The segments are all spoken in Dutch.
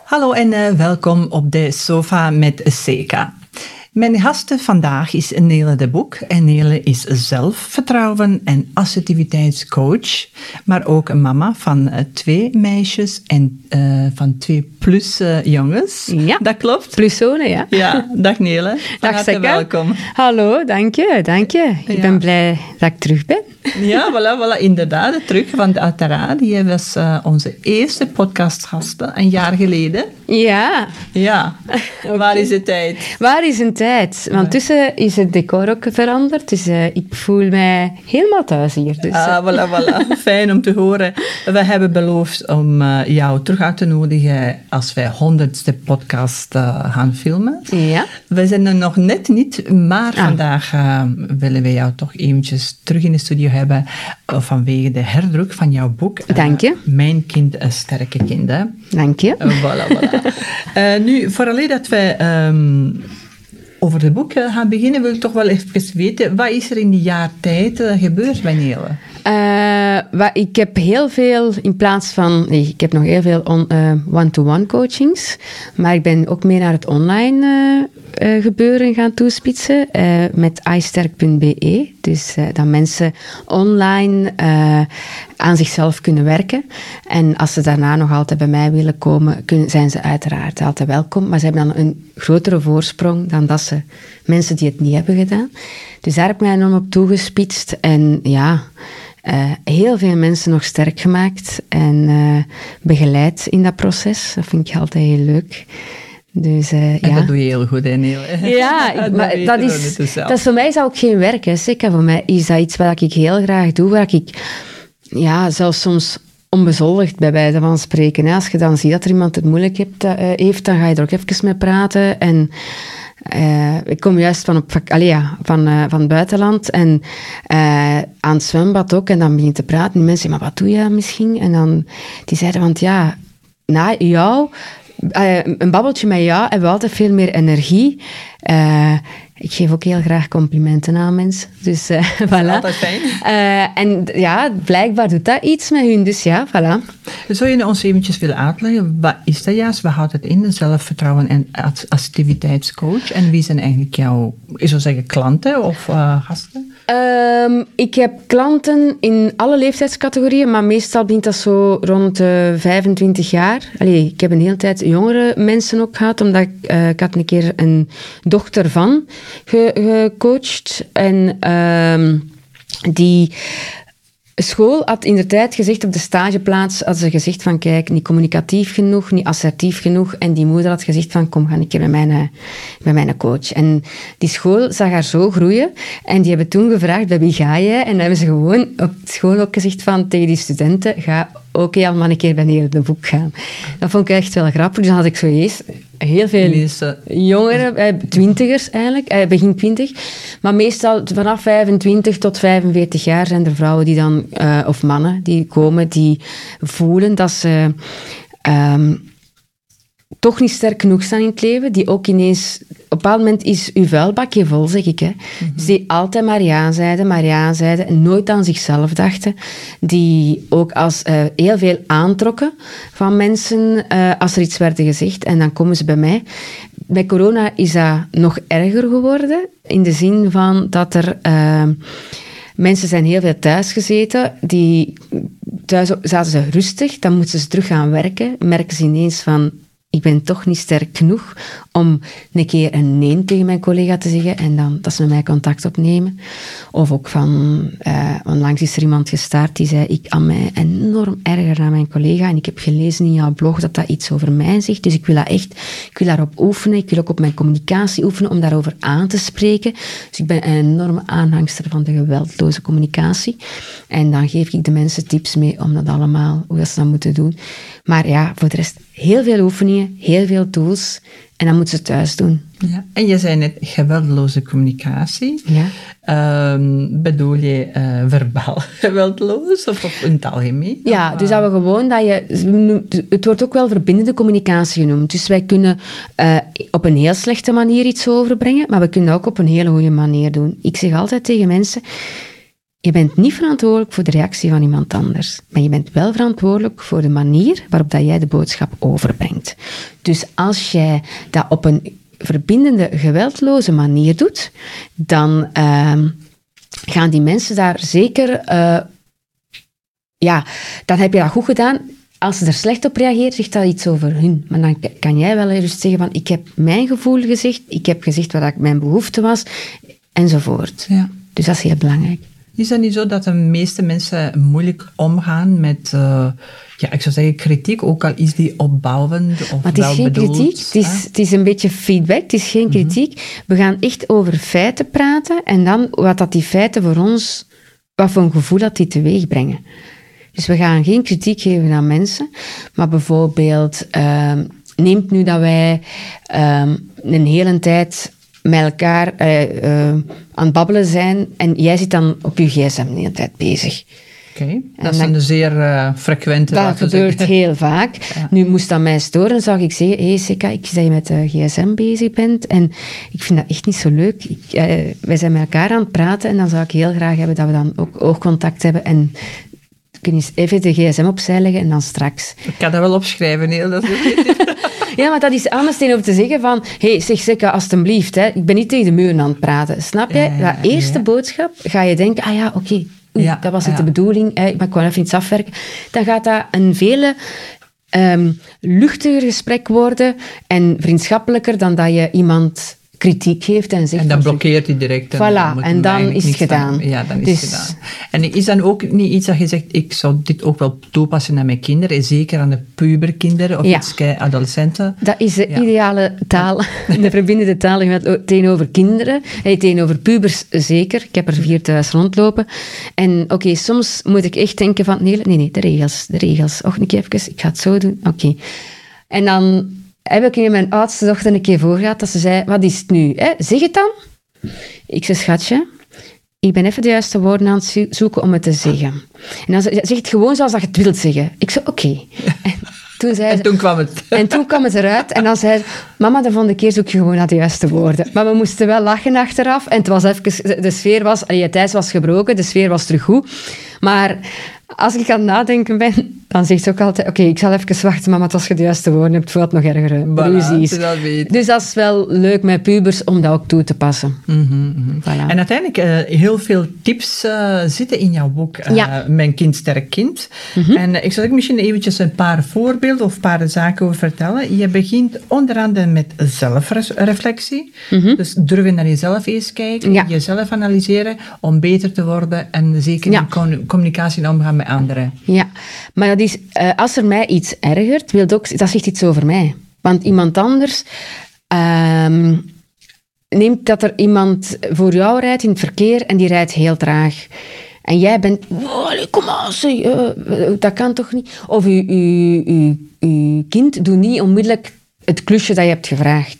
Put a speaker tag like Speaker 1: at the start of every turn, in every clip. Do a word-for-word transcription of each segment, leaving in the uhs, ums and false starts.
Speaker 1: Hallo en uh, welkom op de sofa met Seka. Mijn gast vandaag is Nele de Boek. En Nele is zelfvertrouwen- en assertiviteitscoach, maar ook een mama van uh, twee meisjes en uh, van twee plus uh, jongens.
Speaker 2: Ja,
Speaker 1: dat klopt.
Speaker 2: Pluszonen, ja.
Speaker 1: Ja, dag Nele.
Speaker 2: Dag Seka.
Speaker 1: Welkom.
Speaker 2: Hallo, dank je, dank je. Ik
Speaker 1: Ja.
Speaker 2: ben blij dat ik terug ben.
Speaker 1: Ja, voilà, voilà, inderdaad, terug. Want uiteraard, die was uh, onze eerste podcastgast een jaar geleden.
Speaker 2: Ja.
Speaker 1: Ja, okay. Waar is de tijd?
Speaker 2: Waar is een tijd? Want tussen is het decor ook veranderd, dus uh, ik voel mij helemaal thuis hier. Dus, uh.
Speaker 1: Ah, voilà, voilà. Fijn om te horen. We hebben beloofd om uh, jou terug uit te nodigen als wij honderdste podcast uh, gaan filmen.
Speaker 2: Ja.
Speaker 1: We zijn er nog net niet, maar
Speaker 2: ah.
Speaker 1: vandaag uh, willen we jou toch eventjes terug in de studio hebben uh, vanwege de herdruk van jouw boek. Uh,
Speaker 2: Dank je.
Speaker 1: Mijn kind, een sterke kind. Hè?
Speaker 2: Dank je.
Speaker 1: Uh, voilà, voilà. uh, nu, vooraleer dat wij um, over het boek uh, gaan beginnen, wil ik toch wel even weten, wat is er in die jaar tijd uh, gebeurd bij Nele?
Speaker 2: Uh, wat, ik heb heel veel, in plaats van... Nee, ik heb nog heel veel on, uh, one-to-one coachings, maar ik ben ook meer naar het online uh, uh, gebeuren gaan toespitsen uh, met isterk punt be. Dus uh, dat mensen online uh, aan zichzelf kunnen werken. En als ze daarna nog altijd bij mij willen komen, kunnen, zijn ze uiteraard altijd welkom. Maar ze hebben dan een grotere voorsprong dan dat ze mensen die het niet hebben gedaan. Dus daar heb ik mij enorm op toegespitst. En ja... Uh, heel veel mensen nog sterk gemaakt en uh, begeleid in dat proces. Dat vind ik altijd heel leuk. Dus, uh,
Speaker 1: en
Speaker 2: ja.
Speaker 1: dat doe je heel goed, hè, Nele?
Speaker 2: Ja, ik, maar dat, is, dat is voor mij is ook geen werk. Hè. Zeker voor mij is dat iets wat ik heel graag doe, waar ik ja, zelfs soms onbezoldigd bij wijze van spreken. Hè. Als je dan ziet dat er iemand het moeilijk heeft, uh, heeft dan ga je er ook even mee praten en... Uh, ik kom juist van, op, allee, ja, van, uh, van het buitenland en uh, aan het zwembad ook. En dan begin je te praten. Die mensen zeggen, maar wat doe je misschien? En dan, die zeiden, want ja, na jou, uh, een babbeltje met jou, hebben we altijd veel meer energie. Uh, ik geef ook heel graag complimenten aan mensen. Dus, uh, voilà.
Speaker 1: Altijd fijn.
Speaker 2: Uh, en ja, blijkbaar doet dat iets met hun. Dus ja, voilà.
Speaker 1: Zou je ons eventjes willen uitleggen, wat is dat juist? Wat houdt het in, de zelfvertrouwen- en assertiviteitscoach? En wie zijn eigenlijk jouw, ik zou zeggen, klanten of uh, gasten?
Speaker 2: Um, ik heb klanten in alle leeftijdscategorieën, maar meestal begint dat zo rond uh, vijfentwintig jaar. Allee, ik heb een hele tijd jongere mensen ook gehad, omdat ik, uh, ik had een keer een dochter van ge- gecoacht. En um, die... school had in de tijd gezegd, op de stageplaats had ze gezegd van kijk, niet communicatief genoeg, niet assertief genoeg. En die moeder had gezegd van kom, ga een keer bij mijn, bij mijn coach. En die school zag haar zo groeien. En die hebben toen gevraagd, bij wie ga jij? En dan hebben ze gewoon op school ook gezegd van tegen die studenten, ga oké, okay, allemaal een keer bij Nele de Boek gaan. Dat vond ik echt wel grappig. Dus dan had ik zo eens heel veel Meeste. jongeren, eh, twintigers eigenlijk, eh, begin twintig. Maar meestal vanaf vijfentwintig tot vijfenveertig jaar zijn er vrouwen die dan, uh, of mannen, die komen, die voelen dat ze um, toch niet sterk genoeg staan in het leven, die ook ineens... Op een bepaald moment is uw vuilbakje vol, zeg ik. Hè. Mm-hmm. Dus die altijd maar ja zeiden, maar ja zeiden en nooit aan zichzelf dachten. Die ook als uh, heel veel aantrokken van mensen uh, als er iets werd gezegd. En dan komen ze bij mij. Bij corona is dat nog erger geworden. In de zin van dat er... Uh, mensen zijn heel veel thuis gezeten. Die, thuis zaten ze rustig. Dan moeten ze terug gaan werken. Merken ze ineens van... Ik ben toch niet sterk genoeg om een keer een nee tegen mijn collega te zeggen en dan dat ze met mij contact opnemen. Of ook van, uh, onlangs is er iemand gestart die zei, ik aan mij enorm erger naar mijn collega en ik heb gelezen in jouw blog dat dat iets over mij zegt, dus ik wil dat echt, ik wil daarop oefenen, ik wil ook op mijn communicatie oefenen om daarover aan te spreken. Dus ik ben een enorme aanhangster van de geweldloze communicatie. En dan geef ik de mensen tips mee om dat allemaal, hoe dat ze dat moeten doen. Maar ja, voor de rest heel veel oefeningen, heel veel tools en dan moeten ze thuis doen.
Speaker 1: Ja. En je zei net geweldloze communicatie.
Speaker 2: Ja.
Speaker 1: Um, bedoel je uh, verbaal geweldloos of, of in het algemeen?
Speaker 2: Ja,
Speaker 1: of,
Speaker 2: dus dat we gewoon dat je... Het wordt ook wel verbindende communicatie genoemd. Dus wij kunnen uh, op een heel slechte manier iets overbrengen, maar we kunnen dat ook op een hele goede manier doen. Ik zeg altijd tegen mensen... je bent niet verantwoordelijk voor de reactie van iemand anders. Maar je bent wel verantwoordelijk voor de manier waarop dat jij de boodschap overbrengt. Dus als jij dat op een verbindende, geweldloze manier doet, dan uh, gaan die mensen daar zeker... Uh, ja, dan heb je dat goed gedaan. Als ze er slecht op reageert, zegt dat iets over hun. Maar dan kan jij wel eens zeggen van, ik heb mijn gevoel gezegd, ik heb gezegd wat mijn behoefte was, enzovoort. Ja. Dus dat is heel belangrijk.
Speaker 1: Is het niet zo dat de meeste mensen moeilijk omgaan met, uh, ja, ik zou zeggen kritiek, ook al is die opbouwend of
Speaker 2: maar het is
Speaker 1: wel
Speaker 2: geen
Speaker 1: bedoeld,
Speaker 2: kritiek, het is, het is een beetje feedback, het is geen kritiek. Mm-hmm. We gaan echt over feiten praten en dan wat dat die feiten voor ons, wat voor een gevoel dat die teweeg brengen. Dus we gaan geen kritiek geven aan mensen, maar bijvoorbeeld, uh, neemt nu dat wij uh, een hele tijd met elkaar uh, uh, aan het babbelen zijn en jij zit dan op je gsm de hele tijd bezig.
Speaker 1: Oké, okay. Dat is een zeer uh, frequente...
Speaker 2: Dat gebeurt zeggen. Heel vaak. Ja. Nu moest dat mij storen, dan zou ik zeggen, hé hey, Sika, ik zie dat je met de gsm bezig bent en ik vind dat echt niet zo leuk. Ik, uh, wij zijn met elkaar aan het praten en dan zou ik heel graag hebben dat we dan ook oogcontact hebben en kun je even de gsm opzij leggen en dan straks.
Speaker 1: Ik kan dat wel opschrijven, heel dat
Speaker 2: Ja, maar dat is anders dan om te zeggen van, hé, hey, zeg Sika, alstublieft, hè, ik ben niet tegen de muur aan het praten. Snap jij? Ja, ja, dat eerste ja. boodschap ga je denken, ah ja, oké, okay, ja, dat was het ja. de bedoeling, hè, maar ik wou even iets afwerken. Dan gaat dat een vele um, luchtiger gesprek worden en vriendschappelijker dan dat je iemand kritiek geeft en zegt...
Speaker 1: En dan blokkeert hij direct.
Speaker 2: En voilà, en dan is het gedaan.
Speaker 1: Van, ja, dan is dus, het gedaan. En is dan ook niet iets dat je zegt, ik zou dit ook wel toepassen aan mijn kinderen, zeker aan de puberkinderen of ja. iets adolescenten?
Speaker 2: Dat is de ja. ideale taal, de verbindende taal tegenover kinderen, hey, tegenover pubers zeker. Ik heb er vier thuis rondlopen. En oké, okay, soms moet ik echt denken van, nee, nee, nee, de regels, de regels. Och, een keer even, ik ga het zo doen, oké. Okay. En dan... heb ik in mijn oudste dochter een keer voorgehad dat ze zei, wat is het nu? Hè? Zeg het dan. Ik zei, schatje, ik ben even de juiste woorden aan het zoeken om het te zeggen. En dan zeg het gewoon zoals dat je het wilt zeggen. Ik zei, oké. Okay. En, toen zei
Speaker 1: en toen ze, kwam het.
Speaker 2: En toen kwam het eruit. En dan zei ze, mama, de volgende keer zoek je gewoon naar de juiste woorden. Maar we moesten wel lachen achteraf. En het was even, de sfeer was, het ijs was gebroken, de sfeer was terug goed. Maar... als ik aan het nadenken ben, dan zegt ze ook altijd, oké, okay, ik zal even wachten, mama, als je de juiste woorden hebt, voordat het nog erger ruzie is.
Speaker 1: Dat
Speaker 2: dus dat is wel leuk met pubers om dat ook toe te passen.
Speaker 1: Mm-hmm, mm-hmm. Voilà. En uiteindelijk, uh, heel veel tips uh, zitten in jouw boek, uh, ja. Mijn kind, sterk kind. Mm-hmm. En uh, ik zal ook misschien eventjes een paar voorbeelden of een paar zaken over vertellen. Je begint onder andere met zelfreflectie. Mm-hmm. Dus durven naar jezelf eens kijken, ja. jezelf analyseren, om beter te worden en zeker ja. in communicatie en omgaan met anderen.
Speaker 2: Ja, maar dat is, uh, als er mij iets ergert, wil ook, dat zegt iets over mij. Want iemand anders uh, neemt dat er iemand voor jou rijdt in het verkeer en die rijdt heel traag. En jij bent, oh, kom aan, zeg, uh, dat kan toch niet? Of uw, uw, uw, uw kind doet niet onmiddellijk het klusje dat je hebt gevraagd.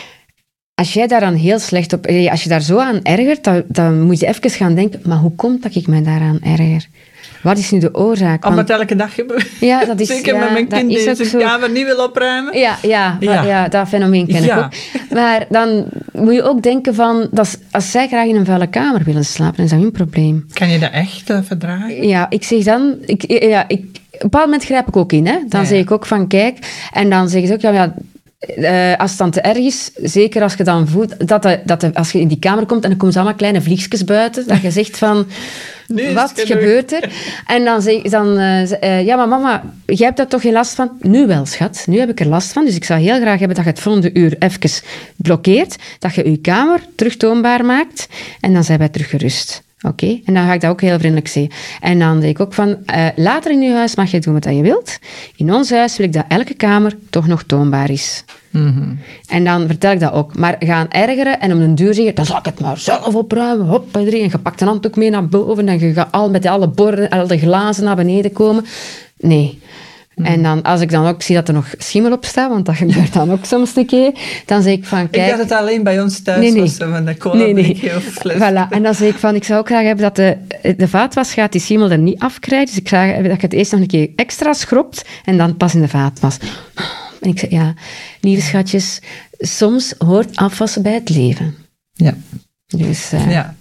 Speaker 2: Als jij daar dan heel slecht op... Als je daar zo aan ergert, dan, dan moet je even gaan denken, maar hoe komt dat ik mij daaraan erger? Wat is nu de oorzaak?
Speaker 1: Omdat het elke dag gebeurt.
Speaker 2: Ja, dat is...
Speaker 1: Zeker
Speaker 2: ja,
Speaker 1: met mijn kind die zijn zo... kamer niet wil opruimen.
Speaker 2: Ja, ja, ja. ja dat fenomeen ken ja. ik ook. Maar dan moet je ook denken van... Dat als zij graag in een vuile kamer willen slapen, dan is dat hun probleem.
Speaker 1: Kan je dat echt uh, verdragen?
Speaker 2: Ja, ik zeg dan... Ik, ja, ik, op een bepaald moment grijp ik ook in. Hè. Dan ja, zeg ik ook van, kijk... En dan zeggen ze ook, ja... ja Uh, als het dan te erg is, zeker als je dan voelt, dat, de, dat de, als je in die kamer komt en dan komen ze allemaal kleine vliegjes buiten, dat je zegt van, nee, wat gebeurt er? En dan zeg je dan, uh, uh, ja maar mama, jij hebt daar toch geen last van? Nu wel, schat, nu heb ik er last van, dus ik zou heel graag hebben dat je het volgende uur even blokkeert, dat je je kamer terugtoonbaar maakt en dan zijn wij terug gerust. Oké, okay. En dan ga ik dat ook heel vriendelijk zeggen. En dan denk ik ook van, uh, later in je huis mag je doen wat je wilt. In ons huis wil ik dat elke kamer toch nog toonbaar is. Mm-hmm. En dan vertel ik dat ook. Maar gaan ergeren en om een duur zeggen, dan zal ik het maar zelf opruimen. Hop, en je pakt een handdoek mee naar boven en je gaat al met alle borden, al de glazen naar beneden komen. Nee. En dan, als ik dan ook zie dat er nog schimmel op staat, want dat gebeurt dan ook soms een keer, dan zeg ik van, kijk...
Speaker 1: Ik dacht het alleen bij ons thuis
Speaker 2: nee, nee.
Speaker 1: was, van de cola nee, nee. heel fles.
Speaker 2: Voilà. En dan zeg ik van, ik zou ook graag hebben dat de, de vaatwas gaat die schimmel er niet afkrijgen, dus ik zou hebben dat je het eerst nog een keer extra schrobt en dan pas in de vaatwas. En ik zeg, ja, lieve schatjes, soms hoort afwassen bij het leven.
Speaker 1: Ja.
Speaker 2: Dus, uh,
Speaker 1: ja.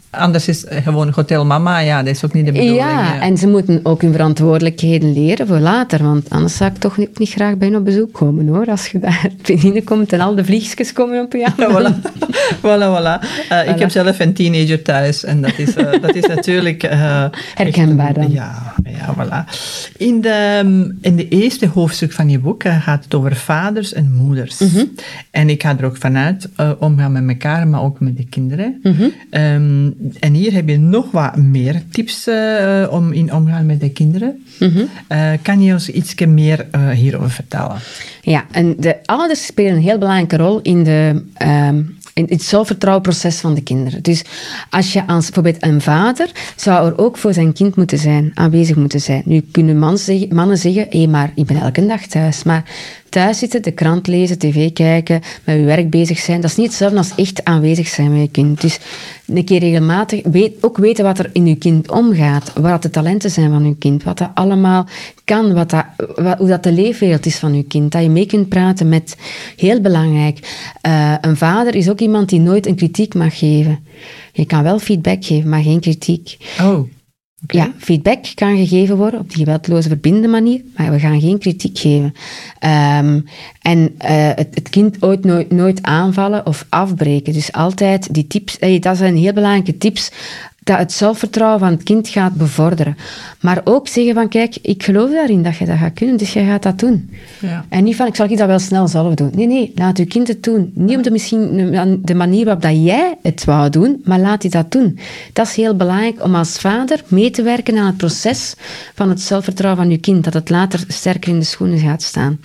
Speaker 1: anders is gewoon hotel mama, ja, dat is ook niet de bedoeling.
Speaker 2: Ja,
Speaker 1: ja.
Speaker 2: en ze moeten ook hun verantwoordelijkheden leren voor later, want anders zou ik toch niet, niet graag bij hen op bezoek komen, hoor. Als je daar binnenkomt en al de vliegjes komen op je
Speaker 1: Ja, voilà. voilà, voilà. Uh, voilà. Ik heb zelf een teenager thuis en dat is, uh, dat is natuurlijk... Uh,
Speaker 2: herkenbaar dan.
Speaker 1: Ja, ja, voilà. In de, in de eerste hoofdstuk van je boek uh, gaat het over vaders en moeders. Mm-hmm. En ik ga er ook vanuit uh, omgaan met elkaar, maar ook met de kinderen. Mm-hmm. Um, en hier heb je nog wat meer tips uh, om in omgaan met de kinderen. Mm-hmm. Uh, kan je ons iets meer uh, hierover vertellen?
Speaker 2: Ja, en de ouders spelen een heel belangrijke rol in de... Um, in het zelfvertrouwenproces van de kinderen. Dus als je als bijvoorbeeld een vader zou er ook voor zijn kind moeten zijn, aanwezig moeten zijn. Nu kunnen man zeg, mannen zeggen, hé, hey, maar ik ben elke dag thuis. Maar thuis zitten, de krant lezen, tv kijken, met je werk bezig zijn, dat is niet hetzelfde als echt aanwezig zijn met je kind. Dus een keer regelmatig weet, ook weten wat er in je kind omgaat, wat de talenten zijn van je kind, wat dat allemaal kan, wat dat, wat, hoe dat de leefwereld is van je kind, dat je mee kunt praten met, heel belangrijk. Uh, een vader is ook iemand die nooit een kritiek mag geven. Je kan wel feedback geven, maar geen kritiek.
Speaker 1: Oh. Okay.
Speaker 2: Ja, feedback kan gegeven worden op die geweldloze verbindende manier, maar we gaan geen kritiek geven. Um, en uh, het, het kind ooit nooit, nooit aanvallen of afbreken. Dus altijd die tips, hey, dat zijn heel belangrijke tips, dat het zelfvertrouwen van het kind gaat bevorderen. Maar ook zeggen van, kijk, ik geloof daarin dat je dat gaat kunnen, dus jij gaat dat doen. Ja. En niet van, ik zal dat wel snel zelf doen. Nee, nee, laat je kind het doen. Niet op de, misschien de manier waarop dat jij het wou doen, maar laat hij dat doen. Dat is heel belangrijk om als vader mee te werken aan het proces van het zelfvertrouwen van je kind, dat het later sterker in de schoenen gaat staan.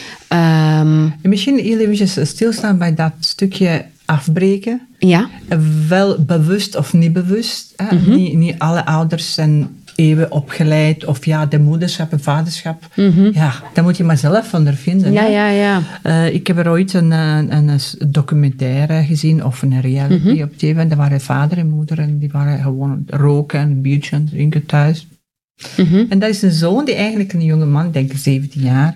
Speaker 2: Um,
Speaker 1: Misschien heel eventjes stilstaan bij dat stukje afbreken.
Speaker 2: Ja.
Speaker 1: Wel bewust of niet bewust. Hè? Mm-hmm. Niet, niet alle ouders zijn even opgeleid. Of ja, de moederschap en vaderschap. Mm-hmm. Ja, daar moet je maar zelf ondervinden.
Speaker 2: Ja,
Speaker 1: hè?
Speaker 2: ja, ja.
Speaker 1: Uh, ik heb er ooit een, een, een documentaire gezien. Of een reality mm-hmm. op tv. En daar waren vader en moeder. En die waren gewoon roken en een biertje en drinken thuis. Mm-hmm. En dat is een zoon die eigenlijk een jonge man, denk ik zeventien jaar...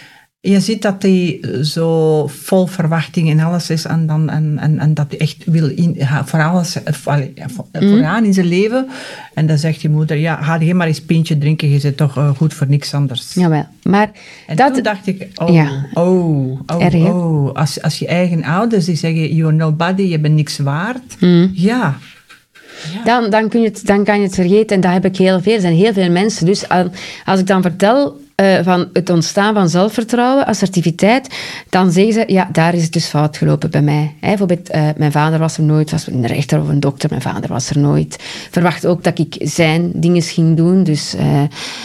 Speaker 1: Je ziet dat hij zo vol verwachting en alles is en, dan, en, en, en dat hij echt wil in, voor alles, voor, vooraan in zijn leven. En dan zegt die moeder, ja, ga je maar eens pintje drinken, je zit toch uh, goed voor niks anders.
Speaker 2: Jawel, maar
Speaker 1: en
Speaker 2: dat...
Speaker 1: toen dacht ik, oh,
Speaker 2: ja.
Speaker 1: oh, oh,
Speaker 2: Erg,
Speaker 1: oh. Als, als je eigen ouders die zeggen, you're nobody, je bent niks waard.
Speaker 2: Mm.
Speaker 1: Ja. Ja.
Speaker 2: Dan, dan, kun je het, dan kan je het vergeten en dat heb ik heel veel. Er zijn heel veel mensen. Dus als ik dan vertel uh, van het ontstaan van zelfvertrouwen, assertiviteit, dan zeggen ze, ja, daar is het dus fout gelopen bij mij. Hè, bijvoorbeeld, uh, mijn vader was er nooit, was een rechter of een dokter, mijn vader was er nooit. Verwacht ook dat ik zijn dingen ging doen, dus uh,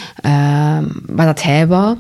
Speaker 2: uh, wat dat hij wou.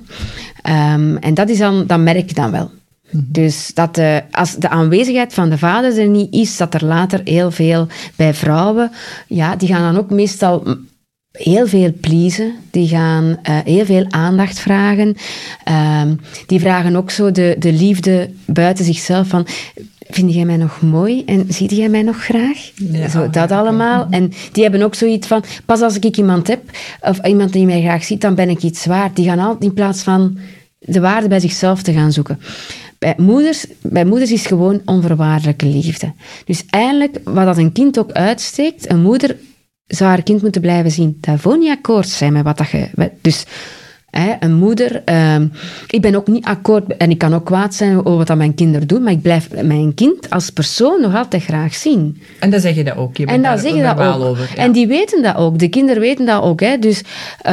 Speaker 2: Um, en dat is dan, dat merk je dan wel. Dus dat de, als de aanwezigheid van de vader er niet is, dat er later heel veel bij vrouwen, ja, die gaan dan ook meestal heel veel pleasen, die gaan uh, heel veel aandacht vragen, um, die vragen ook zo de, de liefde buiten zichzelf van, vind jij mij nog mooi en zie jij mij nog graag? Ja, zo, dat ja, allemaal. Okay. En die hebben ook zoiets van, pas als ik iemand heb, of iemand die mij graag ziet, dan ben ik iets waard. Die gaan altijd in plaats van de waarde bij zichzelf te gaan zoeken. Bij moeders, bij moeders is gewoon onvoorwaardelijke liefde. Dus eigenlijk, wat dat een kind ook uitsteekt, een moeder zou haar kind moeten blijven zien. Daarvoor niet akkoord zijn met wat dat je... Dus hè, een moeder... Uh, ik ben ook niet akkoord, en ik kan ook kwaad zijn over wat dat mijn kinderen doen, maar ik blijf mijn kind als persoon nog altijd graag zien.
Speaker 1: En dan zeg je dat ook. Je bent
Speaker 2: en dan zeg je dat ook.
Speaker 1: Over, ja.
Speaker 2: En die weten dat ook. De kinderen weten dat ook. Hè. Dus...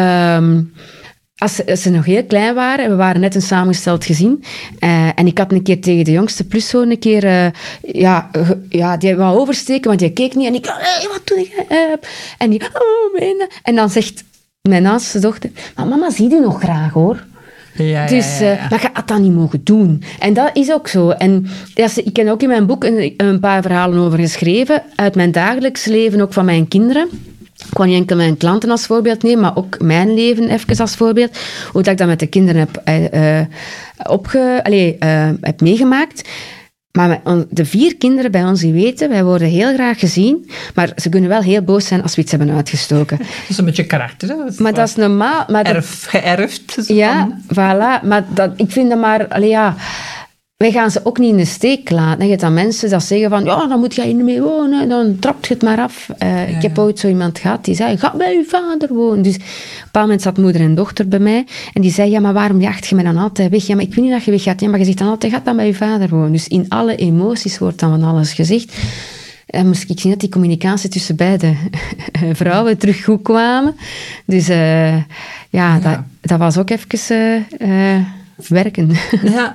Speaker 2: Um, Als ze, als ze nog heel klein waren, en we waren net een samengesteld gezin, uh, en ik had een keer tegen de jongste pluszoon een keer, uh, ja, uh, ja, die wou oversteken, want die keek niet, en ik, hey, wat doe je? Uh, en die, oh, mijn. En dan zegt mijn oudste dochter, maar mama ziet u nog graag, hoor.
Speaker 1: Ja,
Speaker 2: dus,
Speaker 1: ja, ja, ja.
Speaker 2: Uh, maar je had dat niet mogen doen. En dat is ook zo. En ja, ik heb ook in mijn boek een, een paar verhalen over geschreven, uit mijn dagelijks leven, ook van mijn kinderen. Ik kan niet enkel mijn klanten als voorbeeld nemen, maar ook mijn leven even als voorbeeld. Hoe dat ik dat met de kinderen heb, uh, opge, allez, uh, heb meegemaakt. Maar de vier kinderen bij ons die weten, wij worden heel graag gezien, maar ze kunnen wel heel boos zijn als we iets hebben uitgestoken.
Speaker 1: Dat is een beetje karakter, hè? Dat is
Speaker 2: maar dat is normaal. Maar
Speaker 1: erf, geërfd.
Speaker 2: Ja, voilà. Maar dat, ik vind dat maar... Allez, ja... wij gaan ze ook niet in de steek laten. Je hebt dan mensen dat zeggen van, ja, dan moet je hier mee wonen, dan trapt je het maar af. Uh, ja, ik heb ja. ooit zo iemand gehad die zei, ga bij je vader wonen. Dus op een bepaald moment zat moeder en dochter bij mij en die zei, ja, maar waarom jacht je mij dan altijd weg? Ja, maar ik weet niet dat je weg gaat. Ja, maar je zegt dan altijd, ga dan bij je vader wonen. Dus in alle emoties wordt dan van alles gezegd. En moest ik zien dat die communicatie tussen beide vrouwen terug goed kwamen. Dus uh, ja, ja. Dat, dat was ook even... Uh, uh, werken.
Speaker 1: Ja,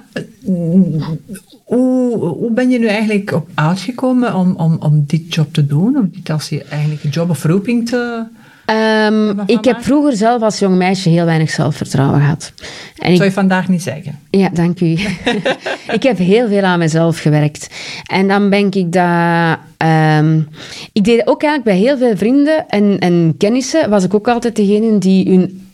Speaker 1: hoe, hoe ben je nu eigenlijk op uitgekomen om, om, om dit job te doen? Om dit als je eigenlijk een job of roeping te...
Speaker 2: Um, ik heb vroeger zelf als jong meisje heel weinig zelfvertrouwen gehad.
Speaker 1: En dat zou je vandaag niet zeggen.
Speaker 2: Ja, dank u. Ik heb heel veel aan mezelf gewerkt. En dan denk ik dat... Um, ik deed ook eigenlijk bij heel veel vrienden en, en kennissen, was ik ook altijd degene die hun...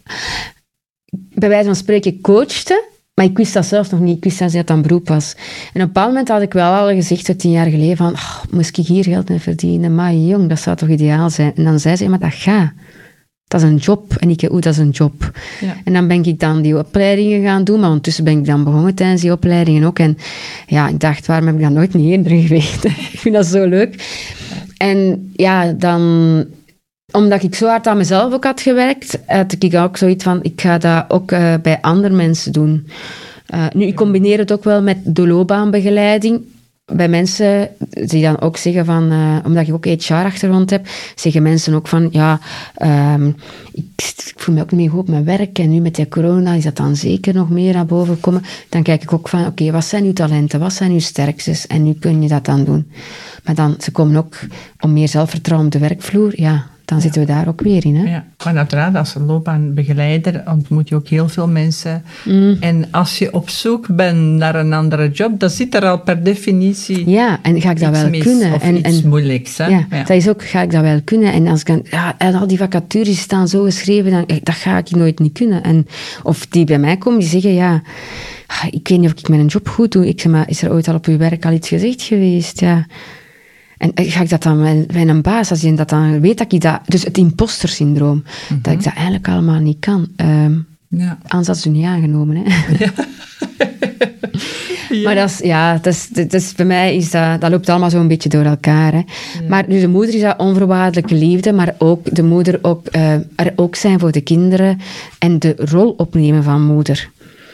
Speaker 2: bij wijze van spreken coachte, maar ik wist dat zelf nog niet. Ik wist dat dat een beroep was. En op een bepaald moment had ik wel al gezegd, zo tien jaar geleden, van, oh, moest ik hier geld mee verdienen? Maar jong, dat zou toch ideaal zijn? En dan zei ze, maar dat gaat. Dat is een job. En ik, oeh, dat is een job. Ja. En dan ben ik dan die opleidingen gaan doen, maar ondertussen ben ik dan begonnen tijdens die opleidingen ook. En ja, ik dacht, waarom heb ik dat nooit niet eerder geweten? Ik vind dat zo leuk. En ja, dan... Omdat ik zo hard aan mezelf ook had gewerkt, had ik ook zoiets van, ik ga dat ook uh, bij andere mensen doen. Uh, nu, ik combineer het ook wel met de loopbaanbegeleiding. Bij mensen die dan ook zeggen van, uh, omdat ik ook H R-achtergrond heb, zeggen mensen ook van, ja, um, ik, ik voel me ook niet meer goed op mijn werk en nu met die corona is dat dan zeker nog meer naar boven gekomen. Dan kijk ik ook van, oké, okay, wat zijn uw talenten, wat zijn uw sterktes en nu kun je dat dan doen. Maar dan, ze komen ook om meer zelfvertrouwen op de werkvloer, ja. Dan ja. zitten we daar ook weer in. Hè?
Speaker 1: Ja, maar uiteraard, als loopbaanbegeleider ontmoet je ook heel veel mensen. Mm. En als je op zoek bent naar een andere job, dan zit er al per definitie
Speaker 2: ja, en ga ik dat wel
Speaker 1: mis,
Speaker 2: kunnen?
Speaker 1: Of
Speaker 2: en,
Speaker 1: iets
Speaker 2: en,
Speaker 1: moeilijks. Hè?
Speaker 2: Ja, ja, dat is ook, ga ik dat wel kunnen? En als ik dan, ja, en al die vacatures staan zo geschreven, dan, dat ga ik nooit niet kunnen. En, of die bij mij komen, die zeggen, ja, ik weet niet of ik mijn job goed doe. Ik zeg, maar is er ooit al op uw werk al iets gezegd geweest? Ja. En ga ik dat dan bij een baas, als je dat dan weet dat ik dat... Dus het impostersyndroom, mm-hmm. dat ik dat eigenlijk allemaal niet kan. Um, ja. Anders had ze niet aangenomen, hè. Ja. Ja. Maar dat is, ja, dat is, dat is, bij mij is dat... Dat loopt allemaal zo een beetje door elkaar, hè. Ja. Maar dus de moeder is dat onvoorwaardelijke liefde, maar ook de moeder ook, uh, er ook zijn voor de kinderen en de rol opnemen van moeder.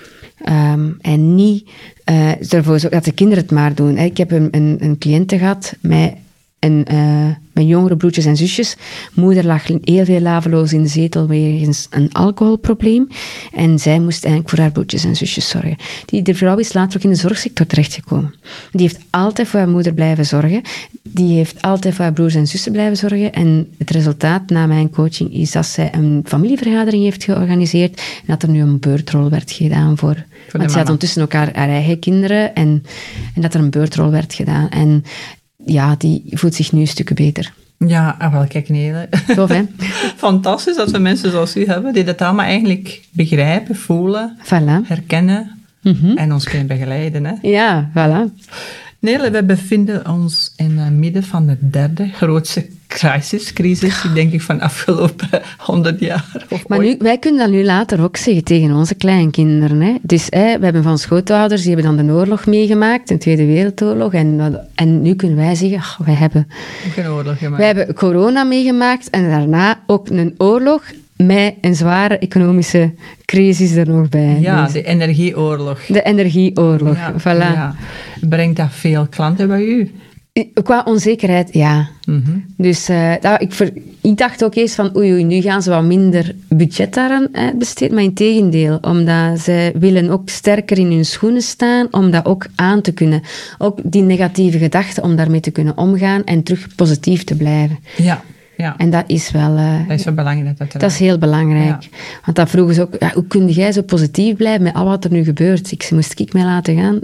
Speaker 2: Um, en niet uh, ervoor zorgen dat de kinderen het maar doen. Ik heb een, een, een cliënte gehad met, een, uh, met jongere broertjes en zusjes. Moeder lag heel veel laveloos in de zetel wegens een alcoholprobleem. En zij moest eigenlijk voor haar broertjes en zusjes zorgen. Die, de vrouw is later ook in de zorgsector terechtgekomen. Die heeft altijd voor haar moeder blijven zorgen. Die heeft altijd voor haar broers en zussen blijven zorgen. En het resultaat na mijn coaching is dat zij een familievergadering heeft georganiseerd en dat er nu een beurtrol werd gedaan voor... voor Want ze had ondertussen ook haar, haar eigen kinderen en, en dat er een beurtrol werd gedaan. En ja, die voelt zich nu een stukje beter.
Speaker 1: Ja, wel, kijk, nee.
Speaker 2: Tof, hè?
Speaker 1: Fantastisch dat we mensen zoals u hebben, die dat allemaal eigenlijk begrijpen, voelen,
Speaker 2: voilà.
Speaker 1: herkennen mm-hmm. en ons kunnen begeleiden. Hè?
Speaker 2: Ja, voilà.
Speaker 1: Nele, we bevinden ons in het midden van de derde grootste crisis, crisis, denk ik, van de afgelopen honderd jaar.
Speaker 2: Maar nu, wij kunnen dat nu later ook zeggen tegen onze kleinkinderen. Hè. Dus hè, we hebben van schootouders, die hebben dan de oorlog meegemaakt, de Tweede Wereldoorlog, en, en nu kunnen wij zeggen, ach, wij hebben...
Speaker 1: Geen oorlog gemaakt.
Speaker 2: Wij hebben corona meegemaakt en daarna ook een oorlog met een zware economische crisis er nog bij.
Speaker 1: Ja,
Speaker 2: dus.
Speaker 1: de energieoorlog.
Speaker 2: De energieoorlog, ja, voilà.
Speaker 1: Ja. Brengt dat veel klanten bij u?
Speaker 2: Qua onzekerheid, ja. Mm-hmm. Dus uh, dat, ik, ver, ik dacht ook eerst van, oei, oei, nu gaan ze wat minder budget daaraan besteden, maar in tegendeel, omdat zij willen ook sterker in hun schoenen staan, om dat ook aan te kunnen. Ook die negatieve gedachten, om daarmee te kunnen omgaan en terug positief te blijven.
Speaker 1: Ja. Ja.
Speaker 2: En dat is wel... Uh,
Speaker 1: dat is wel belangrijk. Dat,
Speaker 2: dat is heel belangrijk. Ja. Want dat vroegen ze ook, ja, hoe kun jij zo positief blijven met al wat er nu gebeurt? Ik moest ik mij laten gaan?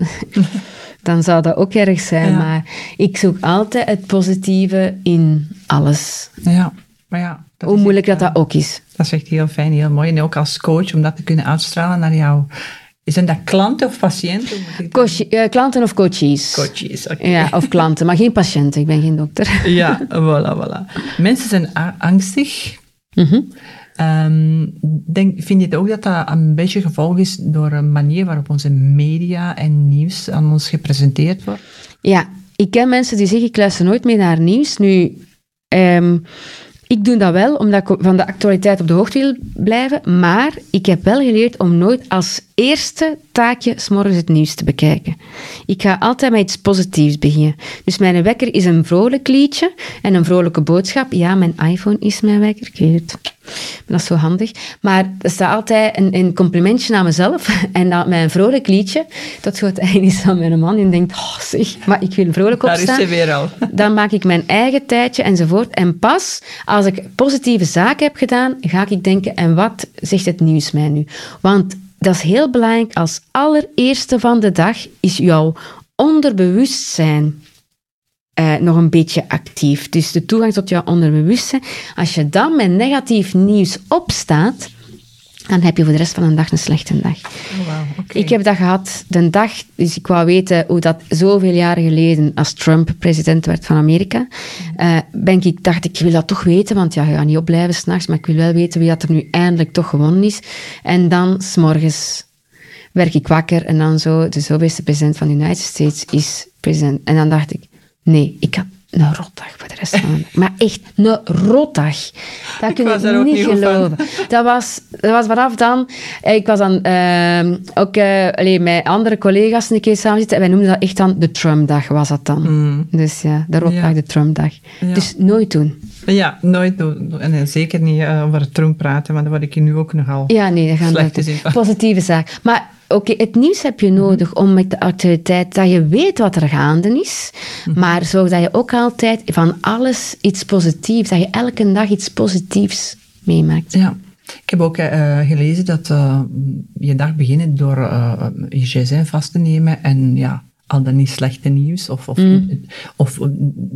Speaker 2: Dan zou dat ook erg zijn. Ja. Maar ik zoek altijd het positieve in alles.
Speaker 1: Ja, maar ja...
Speaker 2: Dat hoe moeilijk echt, dat dat ook is.
Speaker 1: Dat is echt heel fijn, heel mooi. En ook als coach, om dat te kunnen uitstralen naar jou... Zijn dat klanten of patiënten?
Speaker 2: Coach, uh, klanten of coaches.
Speaker 1: Coaches, oké. Okay.
Speaker 2: Ja, of klanten, maar geen patiënten. Ik ben geen dokter.
Speaker 1: Ja, voilà, voilà. Mensen zijn a- angstig. Mm-hmm. Um, denk, vind je ook dat dat een beetje gevolg is door een manier waarop onze media en nieuws aan ons gepresenteerd wordt?
Speaker 2: Ja, ik ken mensen die zeggen, ik luister nooit meer naar nieuws. Nu, um, ik doe dat wel, omdat ik van de actualiteit op de hoogte wil blijven. Maar ik heb wel geleerd om nooit als eerste taakje 's morgens het nieuws te bekijken. Ik ga altijd met iets positiefs beginnen. Dus mijn wekker is een vrolijk liedje en een vrolijke boodschap. Ja, mijn iPhone is mijn wekker, ik weet het. Maar dat is zo handig. Maar er staat altijd een, een complimentje aan mezelf. En dat met een vrolijk liedje. Dat gaat eigenlijk is aan mijn man. Die denkt, oh zeg, maar ik wil vrolijk opstaan.
Speaker 1: Daar is ze weer al.
Speaker 2: Dan maak ik mijn eigen tijdje enzovoort. En pas als ik positieve zaken heb gedaan, ga ik denken, en wat zegt het nieuws mij nu? Want dat is heel belangrijk. Als allereerste van de dag is jouw onderbewustzijn Uh, nog een beetje actief. Dus de toegang tot jouw onderbewustzijn. Als je dan met negatief nieuws opstaat, dan heb je voor de rest van de dag een slechte dag.
Speaker 1: Oh, wow, okay.
Speaker 2: Ik heb dat gehad de dag, dus ik wou weten hoe dat zoveel jaren geleden, als Trump president werd van Amerika, uh, ben ik, dacht ik, ik wil dat toch weten, want ja, je gaat niet opblijven 's nachts, maar ik wil wel weten wie dat er nu eindelijk toch gewonnen is. En dan, 's morgens, werd ik wakker en dan zo, de zoveelste president van de United States is president. En dan dacht ik, nee, ik had een rotdag voor de rest van de dag. Maar echt, een rotdag. Dat kun je niet geloven. Dat was, dat was vanaf dan... Ik was dan uh, ook uh, allee, met andere collega's een keer samen zitten en wij noemden dat echt dan de Trump-dag, was dat dan. Mm. Dus ja, de rotdag, ja. De Trump-dag. Ja. Dus nooit doen.
Speaker 1: Ja, nooit doen. En zeker niet uh, over Trump praten, want daar word ik hier nu ook nogal
Speaker 2: ja, nee, dat gaan
Speaker 1: slecht te zien.
Speaker 2: Positieve zaak. Maar oké, okay, het nieuws heb je nodig om met de actualiteit, dat je weet wat er gaande is, mm-hmm. maar zorg dat je ook altijd van alles iets positiefs, dat je elke dag iets positiefs meemaakt.
Speaker 1: Ja. Ik heb ook uh, gelezen dat uh, je dag begint door uh, je gsm vast te nemen en ja, al dan niet slechte nieuws of, of, mm. of, of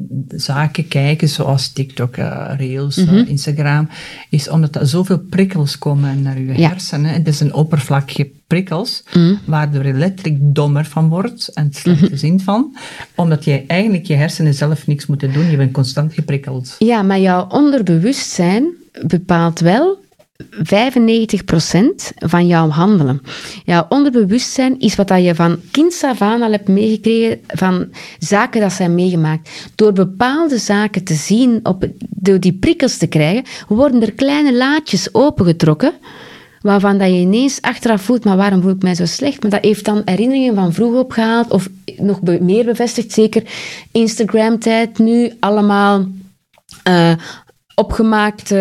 Speaker 1: zaken kijken zoals TikTok, uh, Reels, mm-hmm. uh, Instagram, is omdat er zoveel prikkels komen naar je
Speaker 2: ja.
Speaker 1: hersenen. Het is een oppervlakkige prikkels,
Speaker 2: mm.
Speaker 1: waardoor je letterlijk dommer van wordt en slechte mm-hmm. zin van, omdat je eigenlijk je hersenen zelf niks moeten doen, je bent constant geprikkeld.
Speaker 2: Ja, maar jouw onderbewustzijn bepaalt wel vijfennegentig procent van jouw handelen. Jouw onderbewustzijn is wat je van kinds af aan al hebt meegekregen van zaken dat zijn meegemaakt. Door bepaalde zaken te zien, op, door die prikkels te krijgen, worden er kleine laadjes opengetrokken, waarvan dat je ineens achteraf voelt, maar waarom voel ik mij zo slecht? Maar dat heeft dan herinneringen van vroeger opgehaald, of nog be- meer bevestigd, zeker Instagram-tijd nu, allemaal... Uh, opgemaakte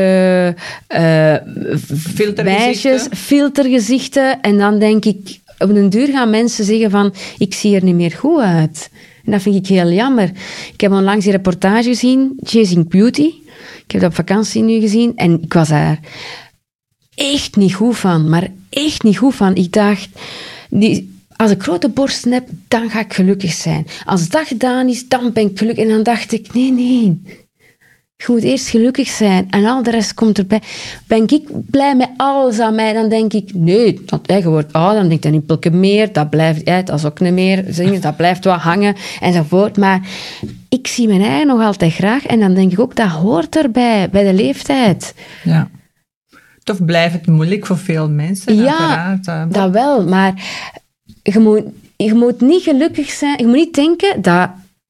Speaker 2: uh,
Speaker 1: filtergezichten.
Speaker 2: meisjes, filtergezichten. En dan denk ik, op den duur gaan mensen zeggen van, ik zie er niet meer goed uit. En dat vind ik heel jammer. Ik heb onlangs die reportage gezien, Chasing Beauty. Ik heb dat op vakantie nu gezien. En ik was daar echt niet goed van. Maar echt niet goed van. Ik dacht, die, als ik grote borsten heb, dan ga ik gelukkig zijn. Als dat gedaan is, dan ben ik gelukkig. En dan dacht ik, nee, nee... Je moet eerst gelukkig zijn en al de rest komt erbij. Ben ik blij met alles aan mij, dan denk ik, nee, dat, je wordt oud, dan denk ik, dan een pilke meer, dat blijft uit, dat is ook niet meer zingen, dat blijft wel hangen, enzovoort. Maar ik zie mijn eigen nog altijd graag en dan denk ik ook, dat hoort erbij, bij de leeftijd.
Speaker 1: Ja. Toch blijft het moeilijk voor veel mensen,
Speaker 2: ja,
Speaker 1: uiteraard.
Speaker 2: Dat wel, maar je moet, je moet niet gelukkig zijn, je moet niet denken dat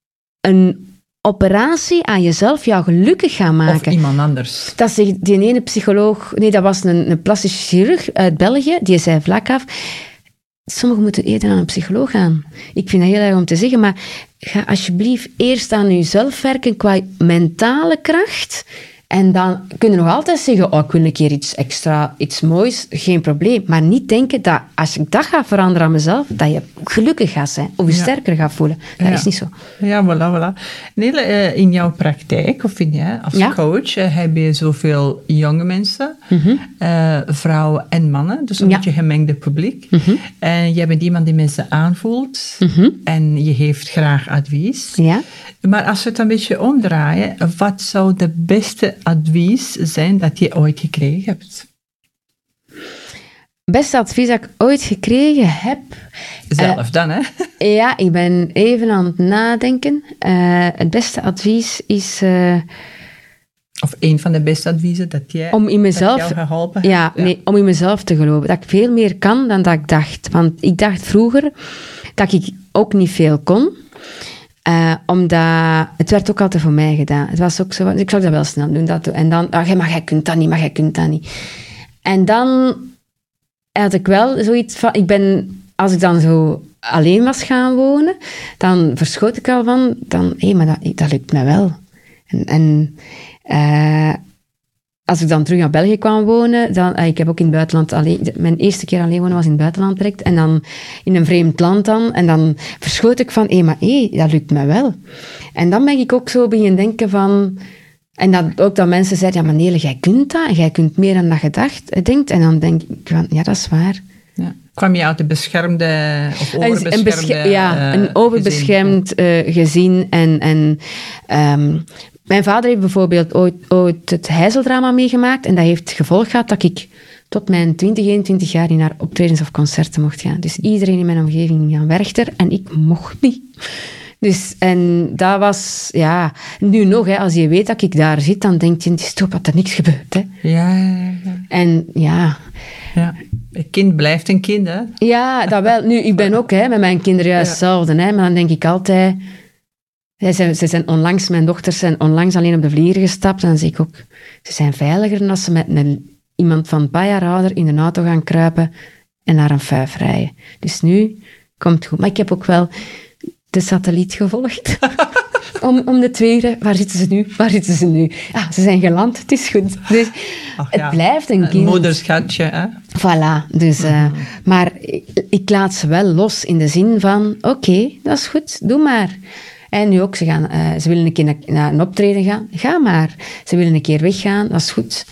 Speaker 2: een operatie aan jezelf jou gelukkig gaan maken.
Speaker 1: Of iemand anders.
Speaker 2: Dat zegt die ene psycholoog... Nee, dat was een, een plastische chirurg uit België. Die zei vlak af... Sommigen moeten eerder aan een psycholoog gaan. Ik vind dat heel erg om te zeggen, maar ga alsjeblieft eerst aan jezelf werken qua mentale kracht. En dan kun je nog altijd zeggen, oh, ik wil een keer iets extra, iets moois, geen probleem. Maar niet denken dat als ik dat ga veranderen aan mezelf, dat je gelukkig gaat zijn of je ja. sterker gaat voelen. Dat
Speaker 1: ja.
Speaker 2: is niet zo.
Speaker 1: Ja, voilà, voilà. Nele, in jouw praktijk, of vind jij, als ja. coach, heb je zoveel jonge mensen, mm-hmm. uh, vrouwen en mannen, dus een ja. beetje gemengde publiek. Mm-hmm. En jij bent iemand die mensen aanvoelt mm-hmm. en je geeft graag advies.
Speaker 2: Ja.
Speaker 1: Maar als we het een beetje omdraaien, wat zou de beste advies zijn dat je ooit gekregen hebt?
Speaker 2: Beste advies dat ik ooit gekregen heb...
Speaker 1: Zelf uh, dan, hè?
Speaker 2: Ja, ik ben even aan het nadenken. Uh, het beste advies is... Uh,
Speaker 1: Of een van de beste adviezen dat jij
Speaker 2: om in mezelf,
Speaker 1: dat jou geholpen
Speaker 2: ja,
Speaker 1: heeft. Ja.
Speaker 2: Nee, om in mezelf te geloven. Dat ik veel meer kan dan dat ik dacht. Want ik dacht vroeger dat ik ook niet veel kon. Uh, omdat het werd ook altijd voor mij gedaan. Het was ook zo, ik zou dat wel snel doen. Dat, en dan, ah, maar jij kunt dat niet, maar jij kunt dat niet. En dan had ik wel zoiets van, ik ben, als ik dan zo alleen was gaan wonen, dan verschoot ik al van, dan, hé, hey, maar dat, dat lukt mij wel. En, en uh, als ik dan terug naar België kwam wonen, dan, uh, ik heb ook in het buitenland alleen, mijn eerste keer alleen wonen was in het buitenland direct, en dan in een vreemd land dan, en dan verschoot ik van, hé, hey, maar hé, hey, dat lukt mij wel. En dan ben ik ook zo beginnen denken van, en dat ook dat mensen zeiden, ja, maar Nele, jij kunt dat, en jij kunt meer dan dat je dacht, denkt, en dan denk ik van, ja, dat is waar.
Speaker 1: Ja. Kwam je uit een beschermde of overbeschermde...
Speaker 2: Een besche- ja, een overbeschermd gezin, uh, gezin en... en um, mijn vader heeft bijvoorbeeld ooit, ooit het Heizeldrama meegemaakt en dat heeft gevolg gehad dat ik tot mijn twintig, eenentwintig jaar niet naar optredens of concerten mocht gaan. Dus iedereen in mijn omgeving ging aan Werchter en ik mocht niet. Dus, en dat was, ja, nu nog, hè, als je weet dat ik daar zit, dan denk je, het is toch wat er niks gebeurt. Hè.
Speaker 1: Ja, ja, ja.
Speaker 2: En ja...
Speaker 1: Ja, een kind blijft een kind, hè?
Speaker 2: Ja, dat wel. Nu, ik ben ook hè, met mijn kinderen juist ja. hetzelfde, hè, maar dan denk ik altijd... Ze zijn, ze zijn onlangs, mijn dochters zijn onlangs alleen op de vlieger gestapt. En dan zeg ik ook, ze zijn veiliger dan als ze met een, iemand van een paar jaar ouder in een auto gaan kruipen en naar een fuif rijden. Dus nu komt het goed. Maar ik heb ook wel de satelliet gevolgd. om, om de twee uur, waar zitten ze nu? Waar zitten ze nu? Ah, ze zijn geland, het is goed. Dus
Speaker 1: Ach,
Speaker 2: het
Speaker 1: ja.
Speaker 2: blijft een kind.
Speaker 1: Een moederschatje, hè?
Speaker 2: Voilà. Dus, uh, mm-hmm. Maar ik, ik laat ze wel los in de zin van, oké, okay, dat is goed, doe maar. En nu ook, ze, gaan, uh, ze willen een keer naar, naar een optreden gaan. Ga maar. Ze willen een keer weggaan, dat is goed.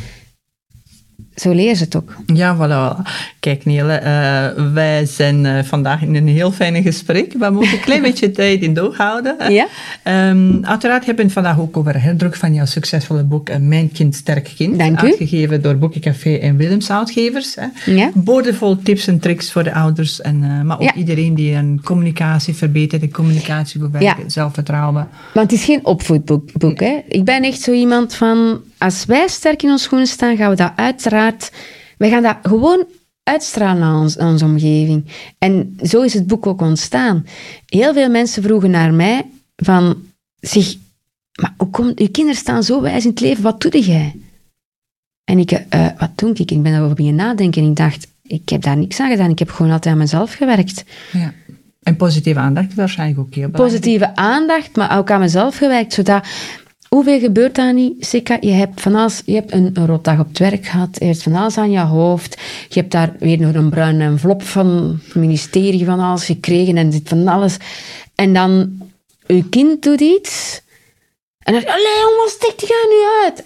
Speaker 2: Zo leren ze het ook.
Speaker 1: Ja, voilà. Kijk Nele, uh, wij zijn uh, vandaag in een heel fijne gesprek. We moeten een klein beetje tijd in doorhouden.
Speaker 2: Ja.
Speaker 1: Um, uiteraard hebben we het vandaag ook over herdruk van jouw succesvolle boek uh, Mijn Kind, Sterk Kind.
Speaker 2: Dank u.
Speaker 1: Uitgegeven door Boekencafé en Willems Uitgevers. Hè.
Speaker 2: Ja.
Speaker 1: Boordevol tips en tricks voor de ouders. En, uh, maar ook
Speaker 2: ja.
Speaker 1: iedereen die een communicatie verbetert, de communicatie bewerken, ja. zelfvertrouwen.
Speaker 2: Want het is geen opvoedboek. Boek, hè. Ik ben echt zo iemand van... Als wij sterk in ons schoenen staan, gaan we dat uiteraard... We gaan dat gewoon uitstralen aan, ons, aan onze omgeving. En zo is het boek ook ontstaan. Heel veel mensen vroegen naar mij van... Zeg, maar hoe komt... Uw kinderen staan zo wijs in het leven, wat doe jij? En ik, uh, wat doe ik? Ik ben daarover beginnen nadenken en ik dacht... Ik heb daar niks aan gedaan, ik heb gewoon altijd aan mezelf gewerkt.
Speaker 1: Ja. En positieve aandacht waarschijnlijk ook heel belangrijk.
Speaker 2: Positieve aandacht, maar ook aan mezelf gewerkt, zodat... Hoeveel gebeurt dat niet? Sika, je hebt van alles, je hebt een, een rotdag op het werk gehad, je hebt van alles aan je hoofd, je hebt daar weer nog een bruine envelop van het ministerie van alles gekregen en dit van alles. En dan, je kind doet iets, en dan zeg je, allee jongen, stik die gaan nu uit.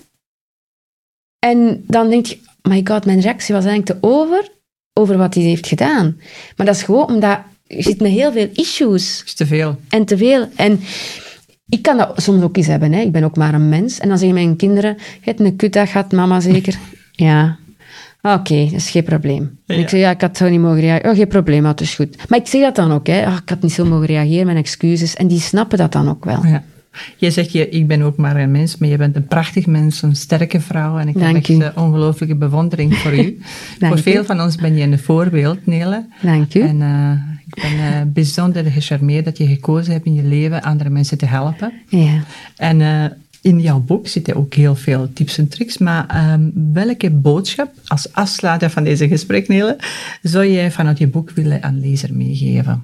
Speaker 2: En dan denk je, my god, mijn reactie was eigenlijk te over, over wat hij heeft gedaan. Maar dat is gewoon omdat je zit met heel veel issues.
Speaker 1: Dat is te veel.
Speaker 2: En te veel. En... Ik kan dat soms ook eens hebben, hè. Ik ben ook maar een mens. En dan zeggen mijn kinderen, je hebt een kutdag gehad, mama zeker? Ja. Oké, okay, dat is geen probleem. Ja. En ik zeg, ja, ik had zo niet mogen reageren. Oh, geen probleem, dat is goed. Maar ik zeg dat dan ook, hè. Oh, ik had niet zo mogen reageren, mijn excuses. En die snappen dat dan ook wel. Ja.
Speaker 1: Je zegt, je, ik ben ook maar een mens, maar je bent een prachtig mens, een sterke vrouw. En ik heb echt een ongelooflijke bewondering voor u. Voor veel van ons ben je een voorbeeld, Nele.
Speaker 2: Dank u.
Speaker 1: En uh, ik ben uh, bijzonder gecharmeerd dat je gekozen hebt in je leven andere mensen te helpen.
Speaker 2: Ja.
Speaker 1: En uh, in jouw boek zitten ook heel veel tips en tricks, maar um, welke boodschap, als afsluiter van deze gesprek, Nele, zou jij vanuit je boek willen aan lezer meegeven?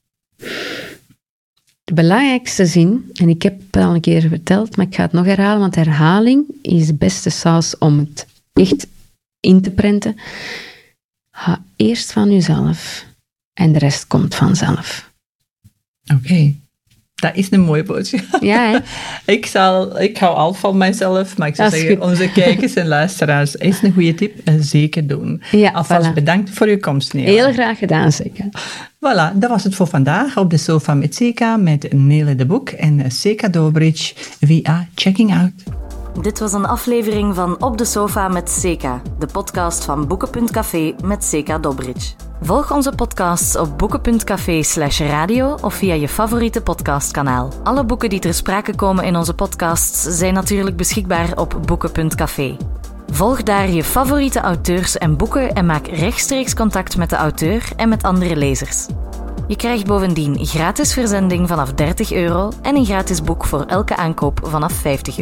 Speaker 2: De belangrijkste zin, en ik heb het al een keer verteld, maar ik ga het nog herhalen, want herhaling is de beste saus om het echt in te prenten. Ga eerst van jezelf en de rest komt vanzelf.
Speaker 1: Oké, okay. Dat is een mooie boodschap.
Speaker 2: Ja, hè?
Speaker 1: ik, zal, ik hou al van mijzelf, maar ik zou zeggen,
Speaker 2: goed.
Speaker 1: Onze kijkers en luisteraars, is een goede tip en zeker doen.
Speaker 2: Ja,
Speaker 1: Alvast
Speaker 2: voilà.
Speaker 1: Bedankt voor je komst, Nele.
Speaker 2: Heel graag gedaan, zeker.
Speaker 1: Voilà, dat was het voor vandaag op de sofa met Sika, met Nele de Boek en Sika Dobridge via Checking Out.
Speaker 3: Dit was een aflevering van Op de Sofa met Seka, de podcast van Boeken punt café met Seka Dobrich. Volg onze podcasts op boeken punt café slash radio of via je favoriete podcastkanaal. Alle boeken die ter sprake komen in onze podcasts zijn natuurlijk beschikbaar op boeken punt café. Volg daar je favoriete auteurs en boeken en maak rechtstreeks contact met de auteur en met andere lezers. Je krijgt bovendien gratis verzending vanaf dertig euro en een gratis boek voor elke aankoop vanaf vijftig euro.